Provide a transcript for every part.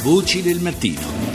Voci del mattino.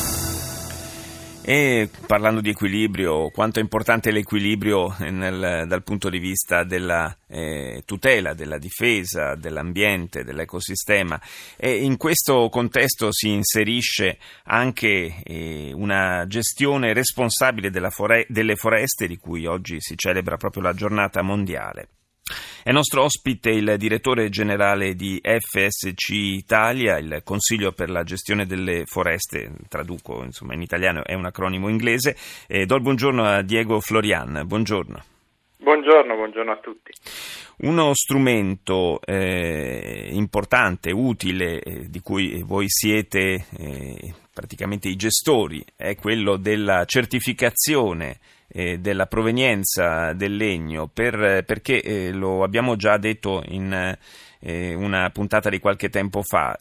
E parlando di equilibrio, quanto è importante l'equilibrio dal punto di vista della tutela, della difesa dell'ambiente, dell'ecosistema. E in questo contesto si inserisce anche una gestione responsabile delle foreste, di cui oggi si celebra proprio la giornata mondiale. È nostro ospite il direttore generale di FSC Italia, il Consiglio per la gestione delle foreste, traduco insomma in italiano, è un acronimo inglese. Do il buongiorno a Diego Florian. Buongiorno. Buongiorno a tutti. Uno strumento importante, utile, di cui voi siete praticamente i gestori, è quello della certificazione della provenienza del legno, perché lo abbiamo già detto in una puntata di qualche tempo fa,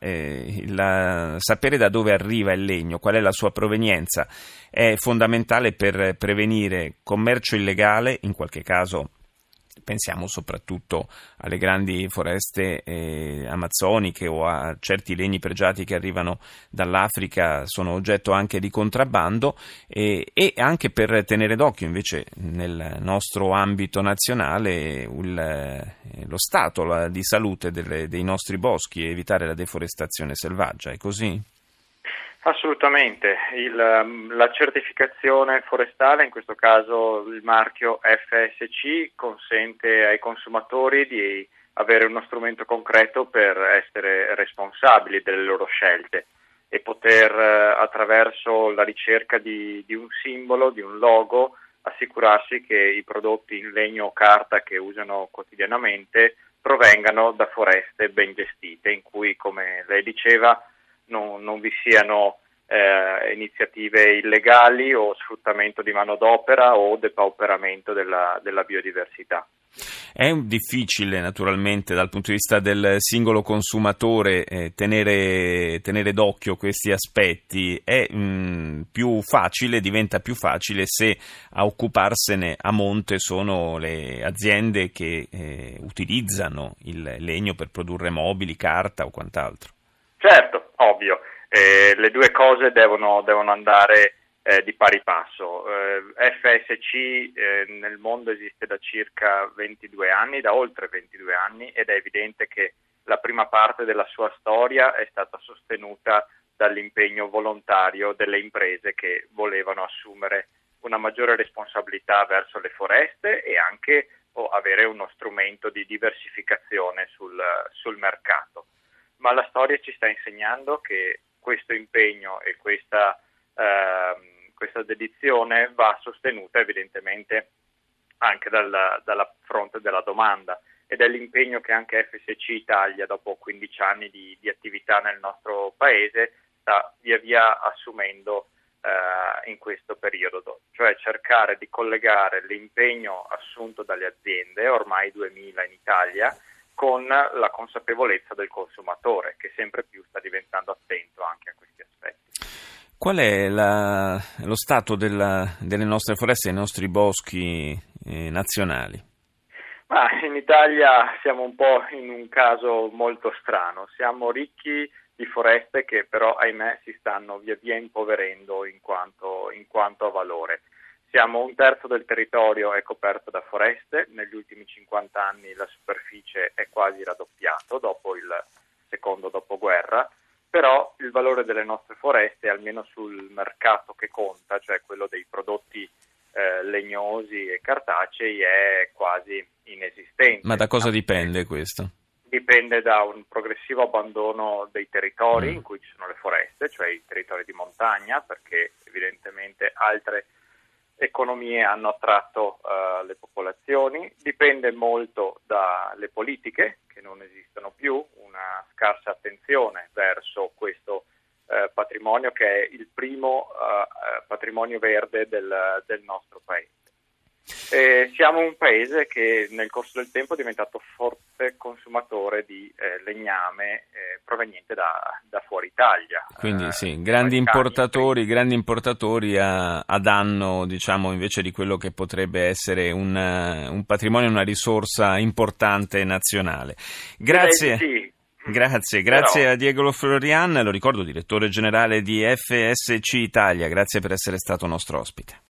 sapere da dove arriva il legno, qual è la sua provenienza, è fondamentale per prevenire commercio illegale, in qualche caso. Pensiamo soprattutto alle grandi foreste amazzoniche o a certi legni pregiati che arrivano dall'Africa, sono oggetto anche di contrabbando, e anche per tenere d'occhio invece nel nostro ambito nazionale lo stato di salute dei nostri boschi e evitare la deforestazione selvaggia. È così? Assolutamente, la certificazione forestale, in questo caso il marchio FSC, consente ai consumatori di avere uno strumento concreto per essere responsabili delle loro scelte e poter attraverso la ricerca di un simbolo, di un logo, assicurarsi che i prodotti in legno o carta che usano quotidianamente provengano da foreste ben gestite, in cui, come lei diceva, non vi siano iniziative illegali o sfruttamento di manodopera o depauperamento della biodiversità. È difficile naturalmente dal punto di vista del singolo consumatore tenere d'occhio questi aspetti. È più facile, diventa più facile se a occuparsene a monte sono le aziende che utilizzano il legno per produrre mobili, carta o quant'altro. Certo, ovvio. Le due cose devono andare di pari passo. FSC nel mondo esiste da circa 22 anni, da oltre 22 anni, ed è evidente che la prima parte della sua storia è stata sostenuta dall'impegno volontario delle imprese che volevano assumere una maggiore responsabilità verso le foreste e anche avere uno strumento di diversificazione sul mercato. Ma la storia ci sta insegnando che questo impegno e questa dedizione va sostenuta evidentemente anche dalla fronte della domanda, ed è l'impegno che anche FSC Italia, dopo 15 anni di attività nel nostro paese, sta via via assumendo in questo periodo, cioè cercare di collegare l'impegno assunto dalle aziende, ormai 2000 in Italia, con la consapevolezza del consumatore, che sempre più sta diventando attento anche a questi aspetti. Qual è lo stato delle nostre foreste, dei nostri boschi nazionali? In Italia siamo un po' in un caso molto strano. Siamo ricchi di foreste che però, ahimè, si stanno via via impoverendo in quanto a valore. Siamo un terzo del territorio è coperto da foreste, negli ultimi 50 anni la superficie è quasi raddoppiato dopo il secondo dopoguerra, però il valore delle nostre foreste, almeno sul mercato che conta, cioè quello dei prodotti legnosi e cartacei, è quasi inesistente. Ma da cosa dipende questo? Dipende da un progressivo abbandono dei territori in cui ci sono le foreste, cioè i territori di montagna, perché evidentemente altre economie hanno attratto le popolazioni. Dipende molto dalle politiche, che non esistono più, una scarsa attenzione verso questo patrimonio che è il primo patrimonio verde del nostro paese. Siamo un paese che nel corso del tempo è diventato forte consumatore di legname proveniente da fuori Italia. Quindi sì, grandi importatori a danno, diciamo, invece di quello che potrebbe essere un patrimonio, una risorsa importante nazionale. Grazie. Sì. Grazie a Diego Florian, lo ricordo direttore generale di FSC Italia, grazie per essere stato nostro ospite.